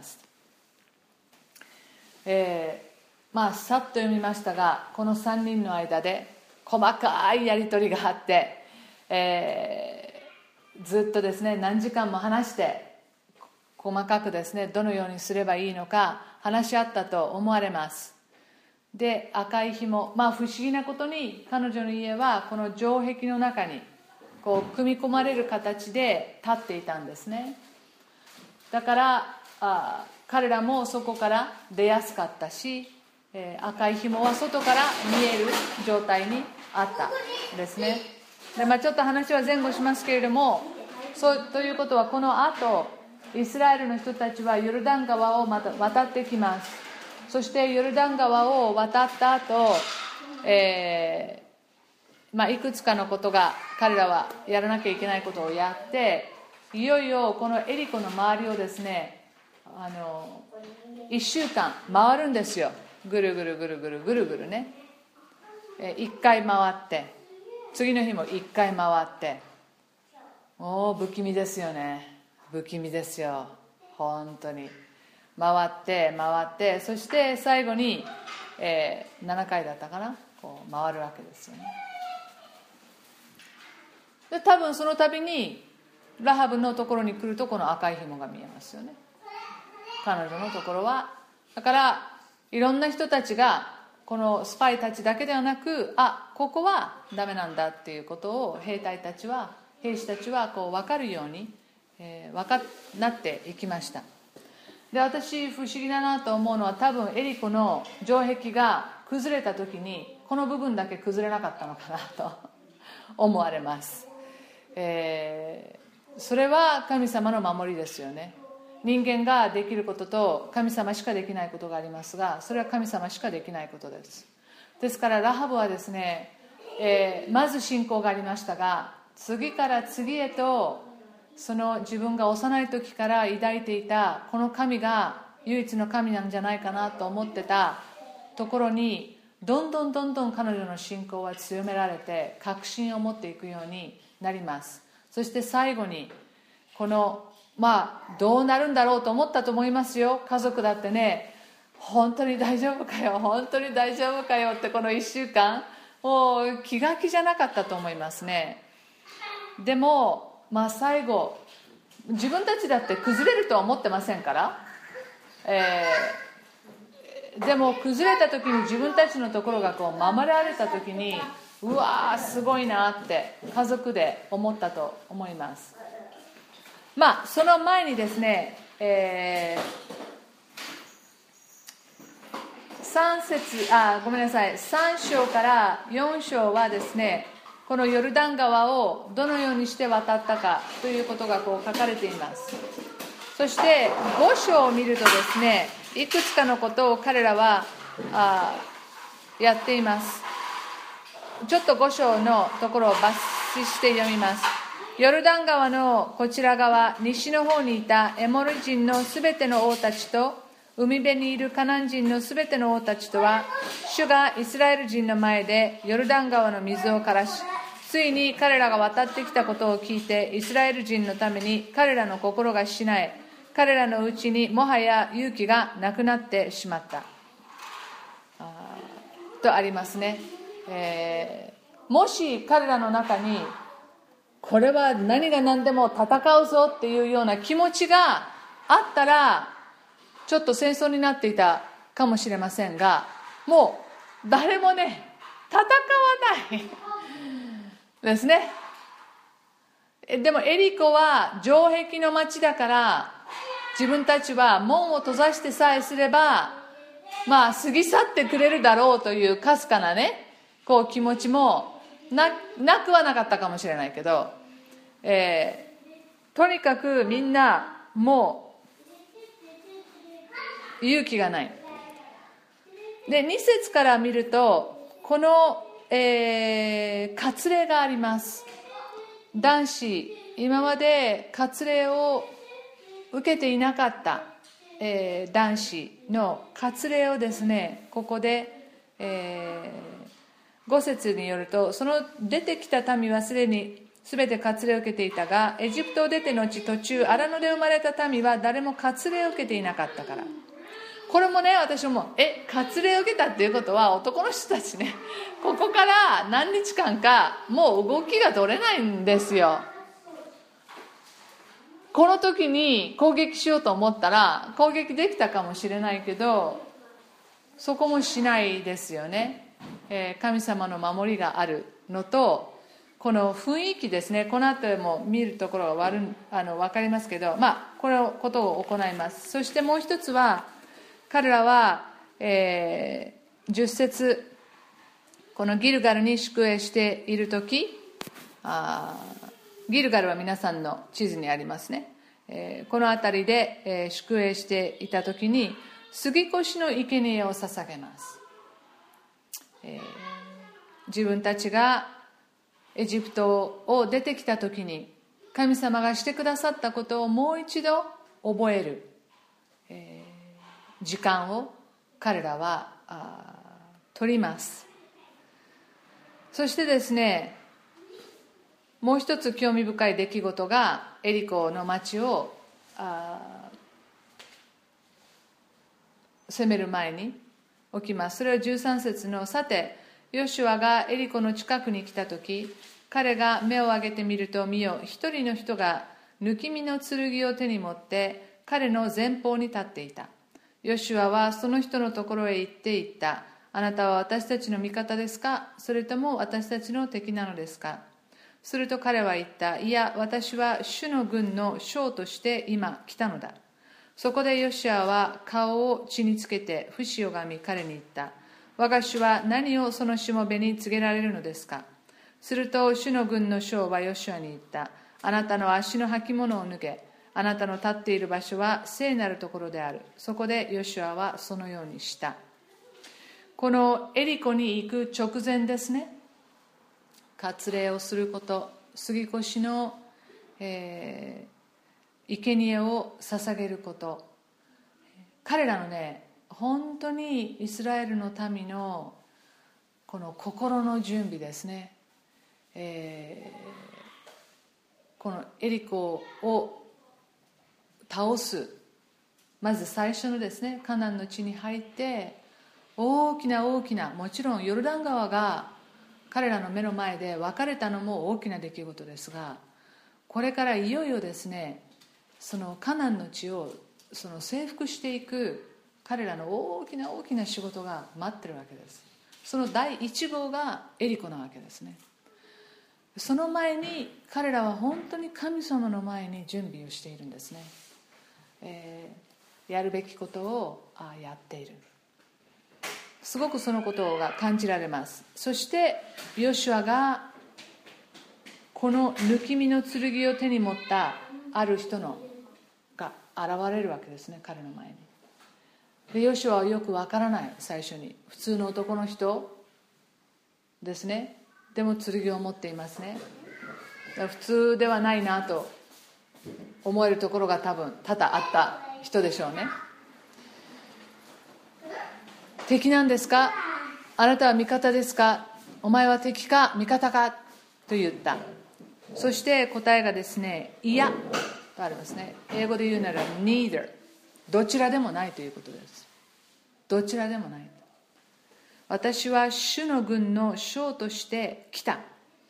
えー、まあさっと読みましたが、このさんにんの間で細かいやり取りがあって、えー、ずっとですね何時間も話して細かくですねどのようにすればいいのか話し合ったと思われます。で、赤い紐、まあ不思議なことに彼女の家はこの城壁の中にこう組み込まれる形で立っていたんですね。だからあ彼らもそこから出やすかったし、えー、赤い紐は外から見える状態にあったんですね。で、まあ、ちょっと話は前後しますけれども、そうということはこの後イスラエルの人たちはヨルダン川をまた渡ってきます。 そしてヨルダン川を渡った後、えーまあ、いくつかのことが彼らはやらなきゃいけないことをやって、いよいよこのエリコの周りをですね、あのいっしゅうかん回るんですよ。ぐるぐるぐるぐるぐるぐるね、えいっかい回って、次の日もいっかい回って、おー不気味ですよね。不気味ですよ本当に。回って回って、そして最後に、えー、ななかいだったかな、こう回るわけですよね。で多分その度にラハブのところに来ると、この赤い紐が見えますよね。彼女のところはだから、いろんな人たちがこのスパイたちだけではなく、あ、ここはダメなんだっていうことを兵隊たちは兵士たちはこう分かるように、えー、分かなっていきました。で私不思議だなと思うのは、多分エリコの城壁が崩れた時にこの部分だけ崩れなかったのかなと思われます。えー、それは神様の守りですよね。人間ができることと神様しかできないことがありますが、それは神様しかできないことです。ですからラハブはですね、えー、まず信仰がありましたが、次から次へとその自分が幼い時から抱いていたこの神が唯一の神なんじゃないかなと思ってたところに、どんどんどんどん彼女の信仰は強められて、確信を持っていくようになります。そして最後にこのまあどうなるんだろうと思ったと思いますよ。家族だってね、本当に大丈夫かよ本当に大丈夫かよって、このいっしゅうかんもう気が気じゃなかったと思いますね。でもまあ最後、自分たちだって崩れるとは思ってませんから、えー、でも崩れた時に自分たちのところがこう守られた時に、うわーすごいなって家族で思ったと思います。まあその前にですね、えー、さん節あごめんなさいさん章からよん章はですね、このヨルダン川をどのようにして渡ったかということがこう書かれています。そしてご章を見るとですね、いくつかのことを彼らはあやっています。ちょっとご章のところを抜粋して読みます。ヨルダン川のこちら側、西の方にいたエモル人のすべての王たちと、海辺にいるカナン人のすべての王たちとは、主がイスラエル人の前でヨルダン川の水を枯らし、ついに彼らが渡ってきたことを聞いて、イスラエル人のために彼らの心がしなえ、彼らのうちにもはや勇気がなくなってしまったとありますね。えー、もし彼らの中にこれは何が何でも戦うぞっていうような気持ちがあったら、ちょっと戦争になっていたかもしれませんが、もう誰もね戦わないですね。でもエリコは城壁の町だから、自分たちは門を閉ざしてさえすればまあ過ぎ去ってくれるだろうというかすかなね、こう気持ちも な, なくはなかったかもしれないけど、えー、とにかくみんなもう勇気がない。でに節から見ると、この、えー、割礼があります。男子、今まで割礼を受けていなかった、えー、男子の割礼をですね、ここで、えー、ご節によると、その出てきた民はすでにすべて割礼を受けていたが、エジプトを出て後途中荒野で生まれた民は誰も割礼を受けていなかったから。これもね、私もえ割礼を受けたっていうことは、男の人たちね、ここから何日間かもう動きが取れないんですよ。この時に攻撃しようと思ったら攻撃できたかもしれないけど、そこもしないですよね。えー、神様の守りがあるのと、この雰囲気ですね。この後も見るところが悪あの分かりますけど、まあこのことを行います。そしてもう一つは、彼らは、えー、じゅっ節、このギルガルに宿営している時、あギルガルは皆さんの地図にありますね。えー、この辺りで、えー、宿営していた時に、 杉越の生贄を捧げます、えー、自分たちがエジプトを出てきた時に神様がしてくださったことをもう一度覚える、えー、時間を彼らは取ります。そしてですね、もう一つ興味深い出来事がエリコの町を攻める前に起きます。それはじゅうさん節の、さてヨシュアがエリコの近くに来た時、彼が目を上げてみると、見よ、一人の人が抜き身の剣を手に持って彼の前方に立っていた。ヨシュアはその人のところへ行って言った。あなたは私たちの味方ですか、それとも私たちの敵なのですか。すると彼は言った。いや、私は主の軍の将として今来たのだ。そこでヨシュアは顔を血につけて節を拝み、彼に言った。我が主は何をそのしもべに告げられるのですか。すると主の軍の将はヨシュアに言った。あなたの足の履物を脱げ、あなたの立っている場所は聖なるところである。そこでヨシュアはそのようにした。このエリコに行く直前ですね、割礼をすること、杉越の、えー、生贄を捧げること、彼らのね、本当にイスラエルの民のこの心の準備ですね、えー、このエリコを倒す、まず最初のですね、カナンの地に入って大きな大きな、もちろんヨルダン川が彼らの目の前で分かれたのも大きな出来事ですが、これからいよいよですね、そのカナンの地をその征服していく彼らの大きな大きな仕事が待ってるわけです。その第一号がエリコなわけですね。その前に彼らは本当に神様の前に準備をしているんですね、えー、やるべきことをあやっている。すごくそのことが感じられます。そしてヨシュアがこの抜き身の剣を手に持ったある人のが現れるわけですね、彼の前に。でヨシュアはよくわからない。最初に普通の男の人ですね、でも剣を持っていますね。普通ではないなと思えるところが多分多々あった人でしょうね。敵なんですか、あなたは味方ですか、お前は敵か味方かと言った。そして答えがですね、いやとありますね。英語で言うなら neither、 どちらでもないということです。どちらでもない。私は主の軍の将として来た、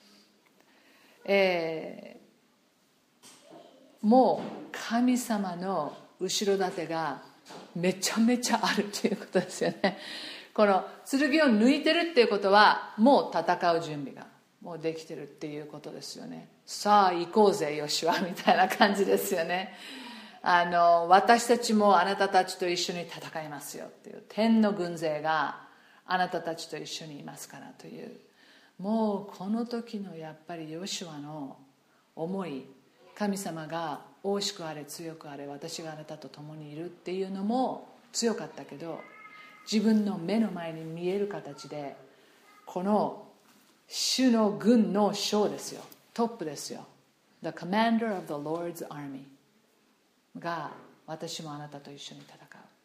えー、もう神様の後ろ盾がめちゃめちゃあるということですよね。この剣を抜いてるっていうことはもう戦う準備がもうできてるっていうことですよね。さあ行こうぜヨシュアみたいな感じですよね。あの私たちもあなたたちと一緒に戦いますよっていう、天の軍勢があなたたちと一緒にいますからという、もうこの時のやっぱりヨシュアの思い、神様が大しくあれ強くあれ私があなたと共にいるっていうのも強かったけど、自分の目の前に見える形でこの主の軍の将ですよ、トップですよ、 The commander of the Lord's army が私もあなたと一緒に戦う。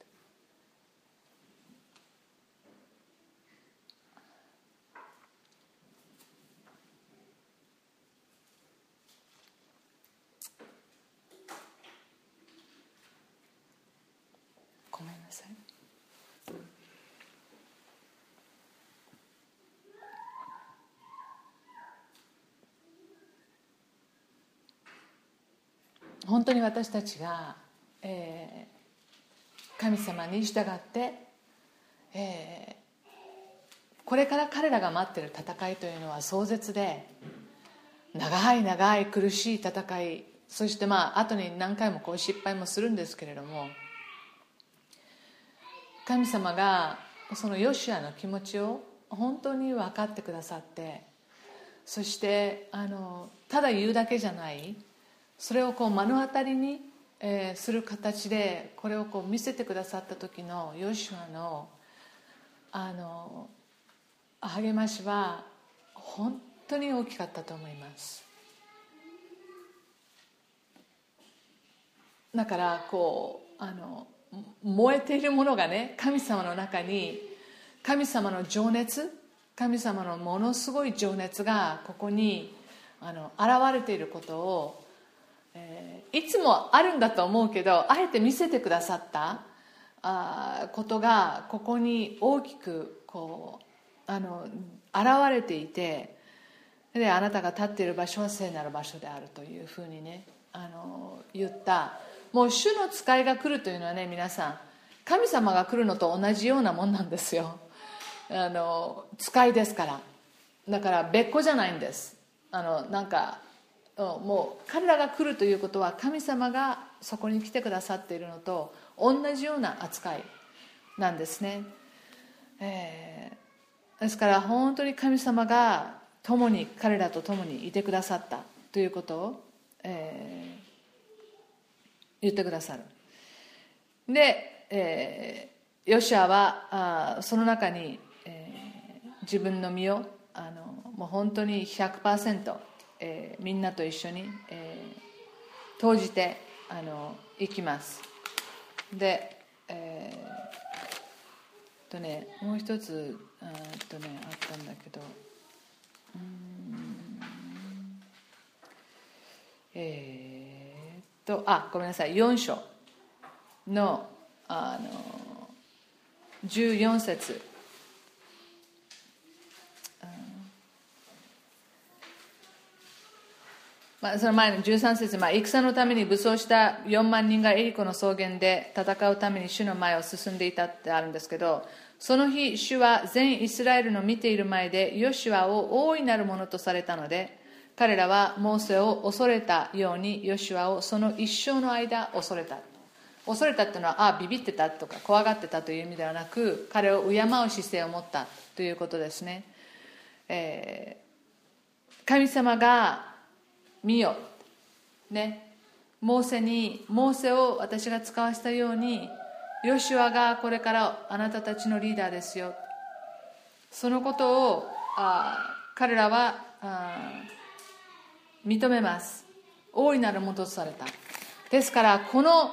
ごめんなさい。本当に私たちが、えー、神様に従って、えー、これから彼らが待っている戦いというのは壮絶で長い長い苦しい戦い、そしてまあ後に何回もこう失敗もするんですけれども、神様がそのヨシュアの気持ちを本当に分かってくださって、そしてあのただ言うだけじゃない、それをこう目の当たりにえー、する形でこれをこう見せてくださった時のヨシュアのあの励ましは本当に大きかったと思います。だからこうあの燃えているものがね、神様の中に神様の情熱、神様のものすごい情熱がここにあの現れていることを、えー、いつもあるんだと思うけど、あえて見せてくださったあことがここに大きくこうあの現れていて、であなたが立っている場所は聖なる場所であるというふうにね、あの言った。もう主の使いが来るというのはね、皆さん神様が来るのと同じようなもんなんですよ。あの使いですから。だから別個じゃないんです。あのなんかもう彼らが来るということは神様がそこに来てくださっているのと同じような扱いなんですね、えー、ですから本当に神様が共に彼らと共にいてくださったということを、えー言ってくださる。で、えー、ヨシュアはあその中に、えー、自分の身をあのもう本当に ひゃくパーセント、えー、みんなと一緒に、えー、投じてあの行きます。で、えー、とねもう一つあとねあったんだけど、うーんえーとあごめんなさい、よん章の、あのじゅうよん節、まあ、その前のじゅうさん節、まあ、戦のために武装したよんまん人がエリコの草原で戦うために主の前を進んでいたってあるんですけど、その日主は全イスラエルの見ている前でヨシュアを大いなるものとされたので、彼らはモーセを恐れたようにヨシュアをその一生の間恐れた。恐れたっていうのはあビビってたとか怖がってたという意味ではなく、彼を敬う姿勢を持ったということですね、えー、神様が見よ、ね、モーセにモーセを私が使わせたようにヨシュアがこれからあなたたちのリーダーですよ、そのことをあ彼らはあ認めます。大いなるものとされた。ですからこの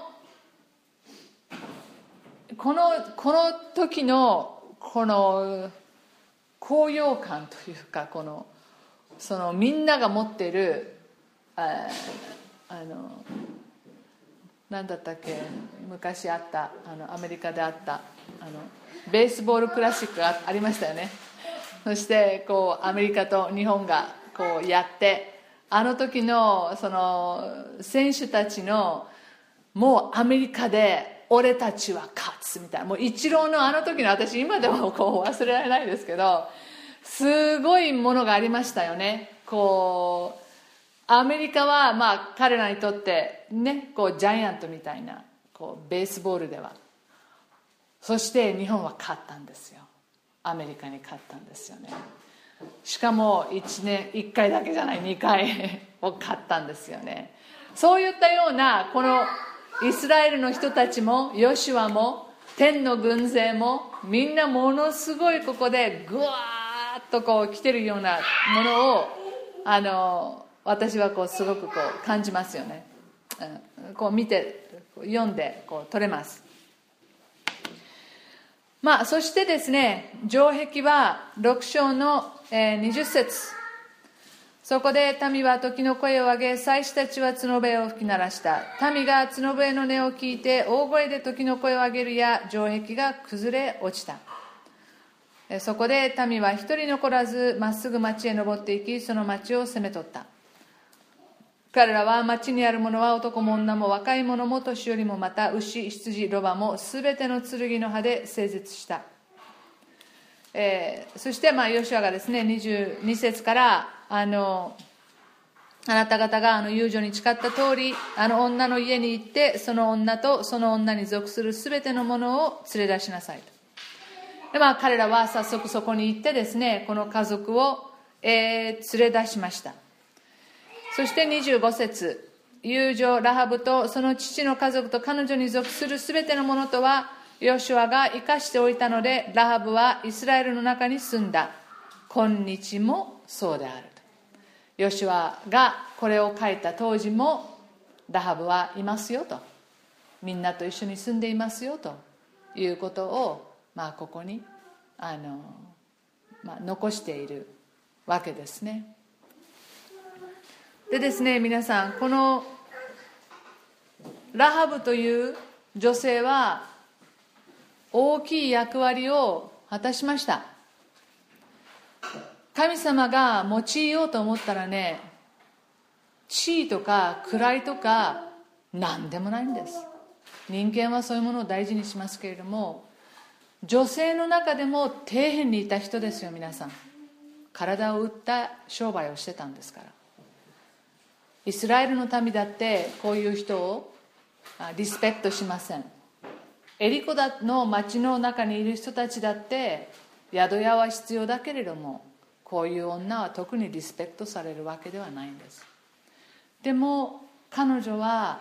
このこの時のこの高揚感というか、このそのみんなが持っているああの何だったっけ、昔あったあのアメリカであったあのベースボールクラシックがありましたよね。そしてこうアメリカと日本がこうやって、あの時のその選手たちのもうアメリカで俺たちは勝つみたいな、もうイチローのあの時の、私今でもこう忘れられないですけど、すごいものがありましたよね。こうアメリカはまあ彼らにとってね、こうジャイアントみたいなこうベースボールでは、そして日本は勝ったんですよ。アメリカに勝ったんですよね。しかもいちねんいっかいだけじゃないにかいを勝ったんですよね。そういったようなこのイスラエルの人たちもヨシュアも天の軍勢もみんなものすごいここでグワーッとこう来てるようなものをあの私はこうすごくこう感じますよね。こう見て読んでこう取れます。まあそしてですね、城壁はろく章のにじゅっ節、そこで民は時の声を上げ、祭司たちは角笛を吹き鳴らした。民が角笛の音を聞いて大声で時の声を上げるや、城壁が崩れ落ちた。そこで民は一人残らずまっすぐ町へ登っていき、その町を攻め取った。彼らは町にある者は男も女も若い者も年寄りも、また牛、羊、ロバもすべての剣の刃で整絶した。えー、そしてまあヨシュアがですねにじゅうに節からあのあなた方があの遊女に誓った通りあの女の家に行って、その女とその女に属するすべてのものを連れ出しなさいと。で、まあ、彼らは早速そこに行ってですね、この家族を、えー、連れ出しました。そしてにじゅうご節、 友女ラハブとその父の家族と彼女に属するすべてのものとはヨシュアが生かしておいたので、ラハブはイスラエルの中に住んだ。今日もそうであると。ヨシュアがこれを書いた当時もラハブはいますよと、みんなと一緒に住んでいますよということを、まあ、ここにあの、まあ、残しているわけですね。でですね、皆さん、このラハブという女性は大きい役割を果たしました。神様が用いようと思ったらね、地位とか位とか何でもないんです。人間はそういうものを大事にしますけれども、女性の中でも底辺にいた人ですよ。皆さん、体を売った商売をしてたんですから。イスラエルの民だってこういう人をリスペクトしません。エリコの町の中にいる人たちだって宿屋は必要だけれども、こういう女は特にリスペクトされるわけではないんです。でも彼女は、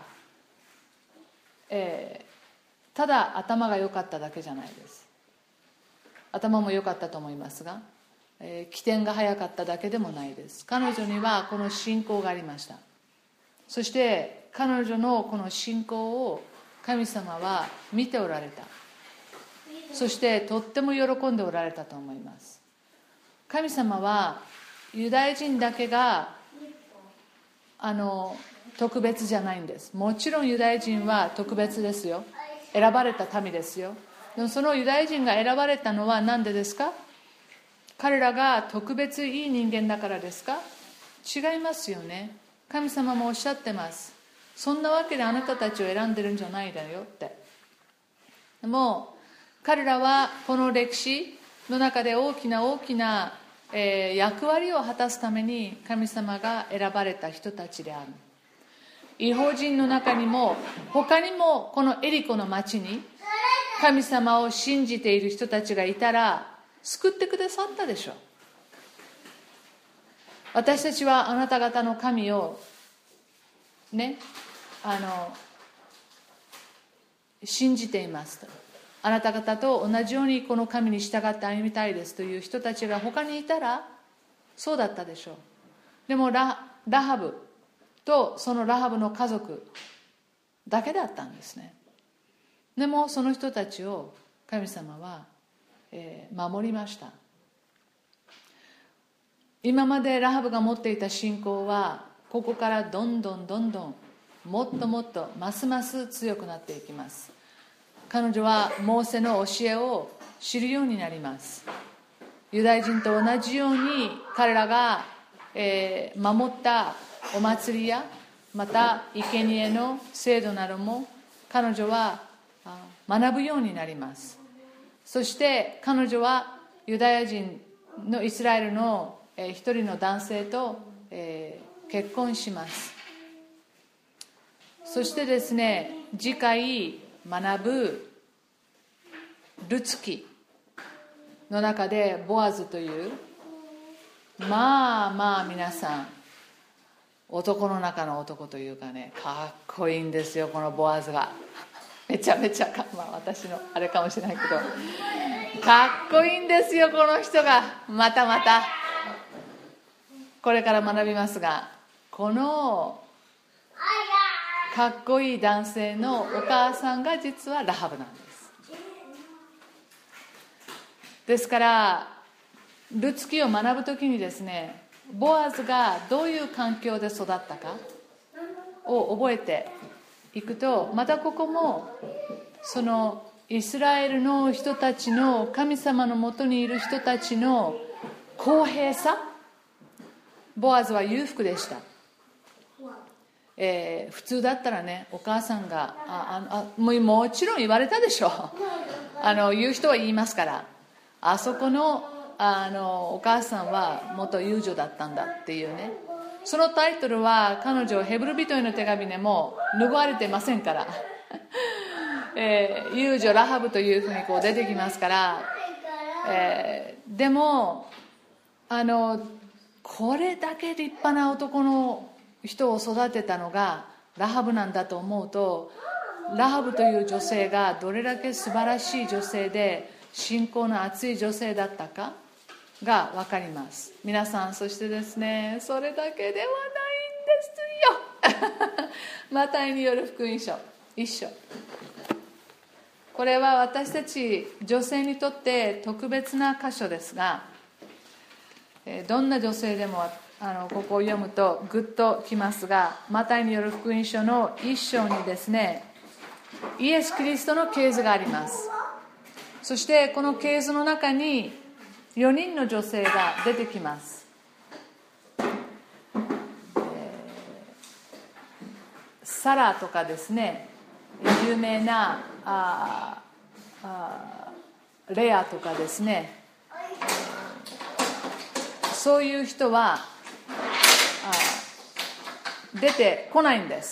えー、ただ頭が良かっただけじゃないです。頭も良かったと思いますが、えー、起点が早かっただけでもないです。彼女にはこの信仰がありました。そして彼女のこの信仰を神様は見ておられた。そしてとっても喜んでおられたと思います。神様はユダヤ人だけがあの特別じゃないんです。もちろんユダヤ人は特別ですよ。選ばれた民ですよ。でもそのユダヤ人が選ばれたのは何でですか？彼らが特別いい人間だからですか？違いますよね。神様もおっしゃってます。そんなわけであなたたちを選んでるんじゃないだよって。でも彼らはこの歴史の中で大きな大きな、えー、役割を果たすために神様が選ばれた人たちである。異邦人の中にも他にもこのエリコの町に神様を信じている人たちがいたら救ってくださったでしょう。私たちはあなた方の神をね、あの信じていますと、あなた方と同じようにこの神に従って歩みたいですという人たちが他にいたらそうだったでしょう。でも ラ, ラハブとそのラハブの家族だけだったんですね。でもその人たちを神様は、えー、守りました。今までラハブが持っていた信仰はここからどんどんどんどんもっともっとますます強くなっていきます。彼女はモーセの教えを知るようになります。ユダヤ人と同じように彼らが、えー、守ったお祭りやまた生贄の制度なども彼女は学ぶようになります。そして彼女はユダヤ人のイスラエルの一人の男性と、えー、結婚します。そしてですね、次回学ぶルツキの中でボアズという、まあまあ皆さん男の中の男というかね、かっこいいんですよこのボアズが。めちゃめちゃか、まあ私のあれかもしれないけどかっこいいんですよこの人が。またまたこれから学びますが、このかっこいい男性のお母さんが実はラハブなんです。ですからルツキを学ぶときにですね、ボアズがどういう環境で育ったかを覚えていくと、またここもそのイスラエルの人たちの神様のもとにいる人たちの公平さ。ボアズは裕福でした。えー、普通だったらね、お母さんがあああもうもちろん言われたでしょう。あの言う人は言いますから、あそこのあのお母さんは元遊女だったんだっていうね。そのタイトルは彼女ヘブル人への手紙でも拭われてませんから、えー、遊女ラハブというふうにこう出てきますから、えー、でもあのこれだけ立派な男の人を育てたのがラハブなんだと思うと、ラハブという女性がどれだけ素晴らしい女性で信仰の厚い女性だったかが分かります。皆さん、そしてですね、それだけではないんですよマタイによる福音書一章、これは私たち女性にとって特別な箇所ですが、どんな女性でもあのここを読むとグッときますが、マタイによる福音書の一章にですね、イエス・キリストの系図があります。そしてこの系図の中によにんの女性が出てきます。えー、サラとかですね、有名なああレアとかですね、そういう人はあ出てこないんです。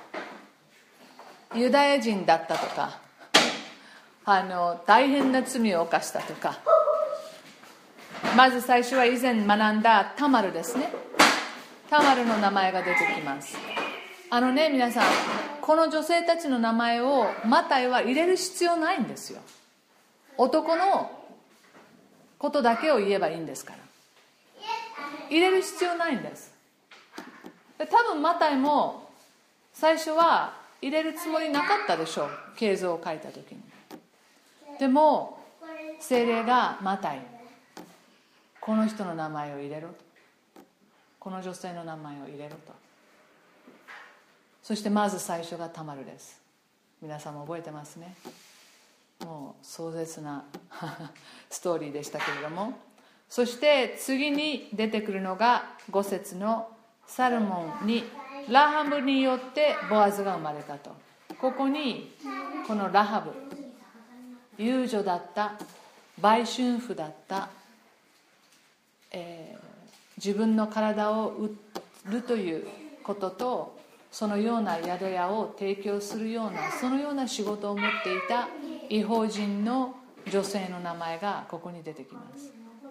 ユダヤ人だったとか、あの大変な罪を犯したとか、まず最初は以前学んだタマルですね。タマルの名前が出てきます。あのね、皆さん、この女性たちの名前をマタイは入れる必要ないんですよ。男のことだけを言えばいいんですから、入れる必要ないんです。で、多分マタイも最初は入れるつもりなかったでしょう、系図を書いた時に。でも聖霊がマタイ、この人の名前を入れろと、この女性の名前を入れろと。そしてまず最初がタマルです。皆さんも覚えてますね。もう壮絶なストーリーでしたけれども、そして次に出てくるのがご節のサルモンにラハブによってボアズが生まれたと。ここにこのラハブ、遊女だった、売春婦だった、えー、自分の体を売るということと、そのような宿屋を提供するような、そのような仕事を持っていた異邦人の女性の名前がここに出てきます。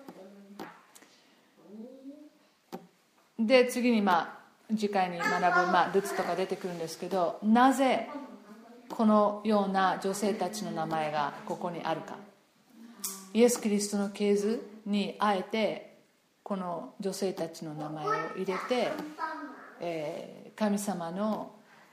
で、次にまあ次回に学ぶ、まあ、ルツとか出てくるんですけど、なぜこのような女性たちの名前がここにあるか。イエス・キリストの系図にあえてこの女性たちの名前を入れて、えー、神様の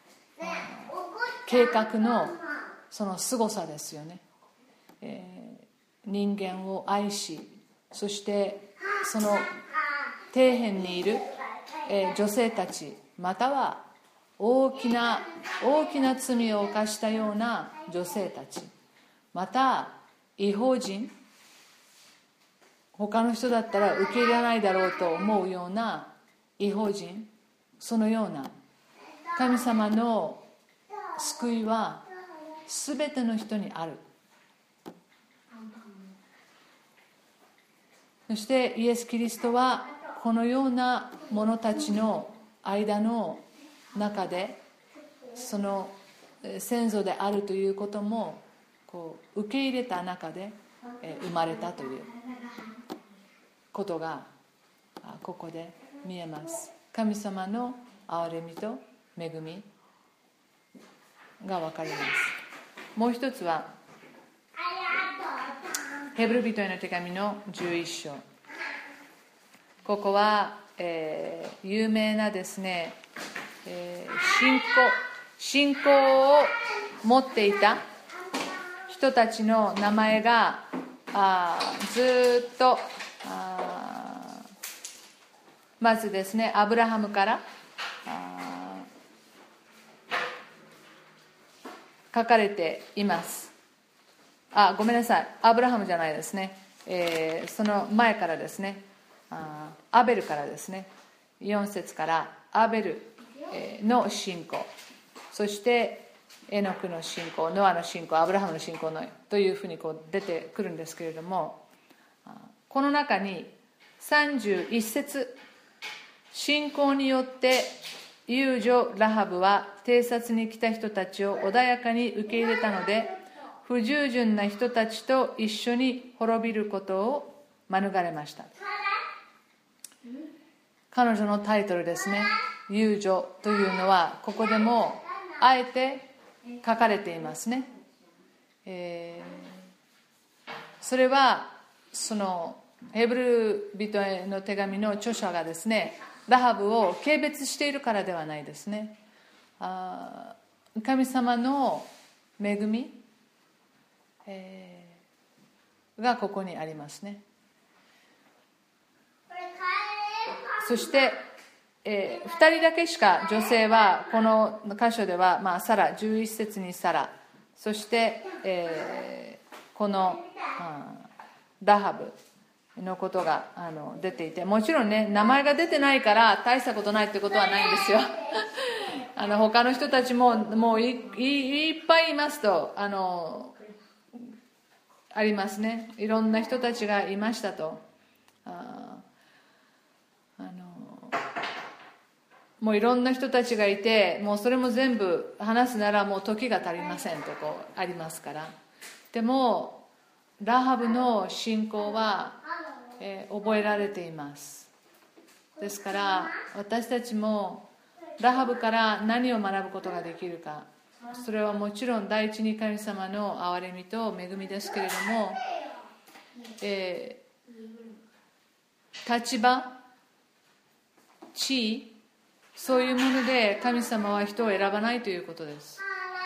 計画のその凄さですよね、えー、人間を愛し、そしてその底辺にいる、えー、女性たち、または大きな大きな罪を犯したような女性たち、また異邦人、他の人だったら受け入れないだろうと思うような異邦人、そのような神様の救いは全ての人にある。そしてイエス・キリストはこのような者たちの間の中で、その先祖であるということもこう受け入れた中で生まれたということがここで見えます。神様の憐れみと恵みが分かります。もう一つはヘブル人への手紙のじゅういっ章、ここは、えー、有名なですね、えー、信仰信仰を持っていた人たちの名前があずっとあまずですね、アブラハムからあ書かれています。あ、ごめんなさい、アブラハムじゃないですね、えー、その前からですね、あアベルからですね、よん節からアベルの信仰、そしてエノクの信仰、ノアの信仰、アブラハムの信仰のというふうにこう出てくるんですけれども、この中にさんじゅういち節、信仰によって遊女ラハブは偵察に来た人たちを穏やかに受け入れたので、不従順な人たちと一緒に滅びることを免れました。彼女のタイトルですね、 友情というのはここでもあえて書かれていますね。えー、それはそのヘブル人への手紙の著者がですね、ラハブを軽蔑しているからではないですね。あ、神様の恵み、えー、がここにありますね。そして、えー、ふたりだけしか女性はこの箇所では、まあ、サラじゅういっ節にサラ、そして、えー、この、あ、ラハブのことがあの出ていて、もちろんね、名前が出てないから大したことないってことはないんですよ。あの他の人たちももう い, い, いっぱいいますと、あのありますね。いろんな人たちがいましたと。ああのもういろんな人たちがいて、もうそれも全部話すならもう時が足りませんとこうありますから。でもラハブの信仰は、えー、覚えられています。ですから私たちもラハブから何を学ぶことができるか、それはもちろん第一に神様の憐れみと恵みですけれども、えー、立場、地位、そういうもので神様は人を選ばないということです。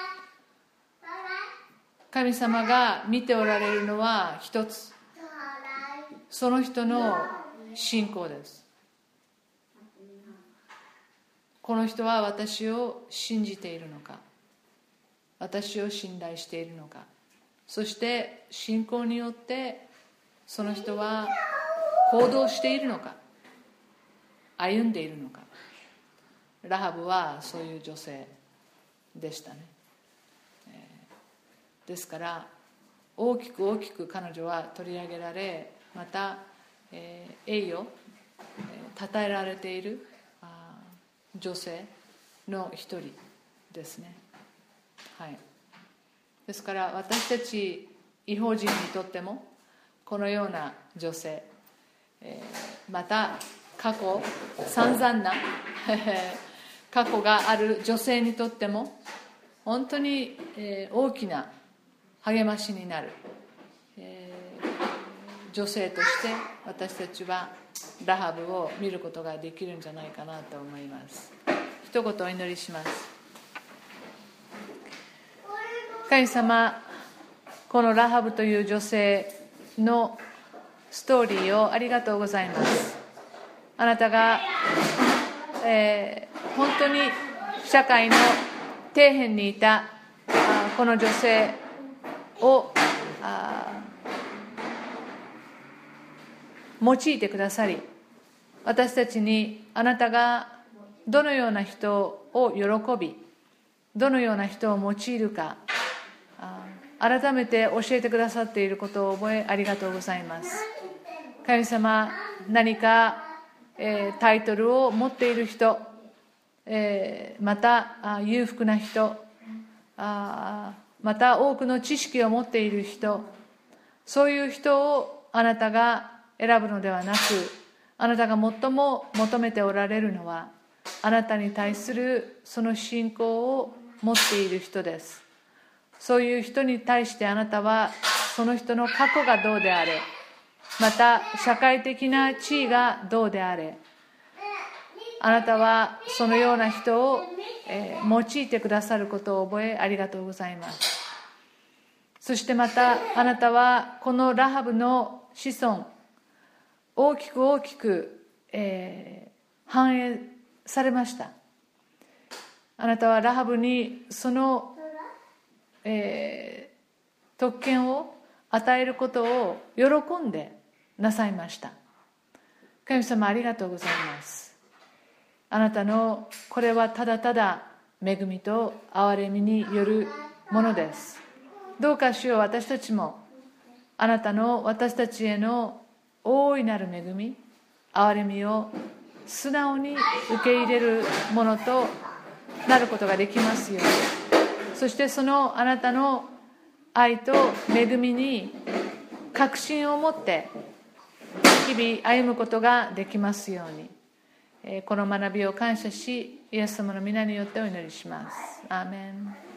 神様が見ておられるのは一つ、その人の信仰です。この人は私を信じているのか、私を信頼しているのか、そして信仰によってその人は行動しているのか、歩んでいるのか。ラハブはそういう女性でしたね。ですから大きく大きく彼女は取り上げられ、また、えー、栄誉、えー、称えられている女性の一人ですね。はい。ですから私たち異邦人にとってもこのような女性、えー、また過去散々な過去がある女性にとっても本当に、えー、大きな励ましになる、えー、女性として私たちはラハブを見ることができるんじゃないかなと思います。一言お祈りします。神様、このラハブという女性のストーリーをありがとうございます。あなたが、えー、本当に社会の底辺にいたこの女性を用いてくださり、私たちにあなたがどのような人を喜び、どのような人を用いるか、改めて教えてくださっていることを覚えありがとうございます。神様、何か、えー、タイトルを持っている人、えー、また裕福な人、あまた多くの知識を持っている人、そういう人をあなたが選ぶのではなく、あなたが最も求めておられるのはあなたに対するその信仰を持っている人です。そういう人に対してあなたはその人の過去がどうであれ、また社会的な地位がどうであれ、あなたはそのような人を、えー、用いてくださることを覚えありがとうございます。そしてまたあなたはこのラハブの子孫大きく大きく、えー、反映されました。あなたはラハブにその、えー、特権を与えることを喜んでなさいました。神様、ありがとうございます。あなたのこれはただただ恵みと憐れみによるものです。どうか主よ、私たちもあなたの私たちへの大いなる恵み、憐れみを素直に受け入れるものとなることができますように。そしてそのあなたの愛と恵みに確信を持って日々歩むことができますように。 この学びを感謝し、イエス様の皆によってお祈りします。アーメン。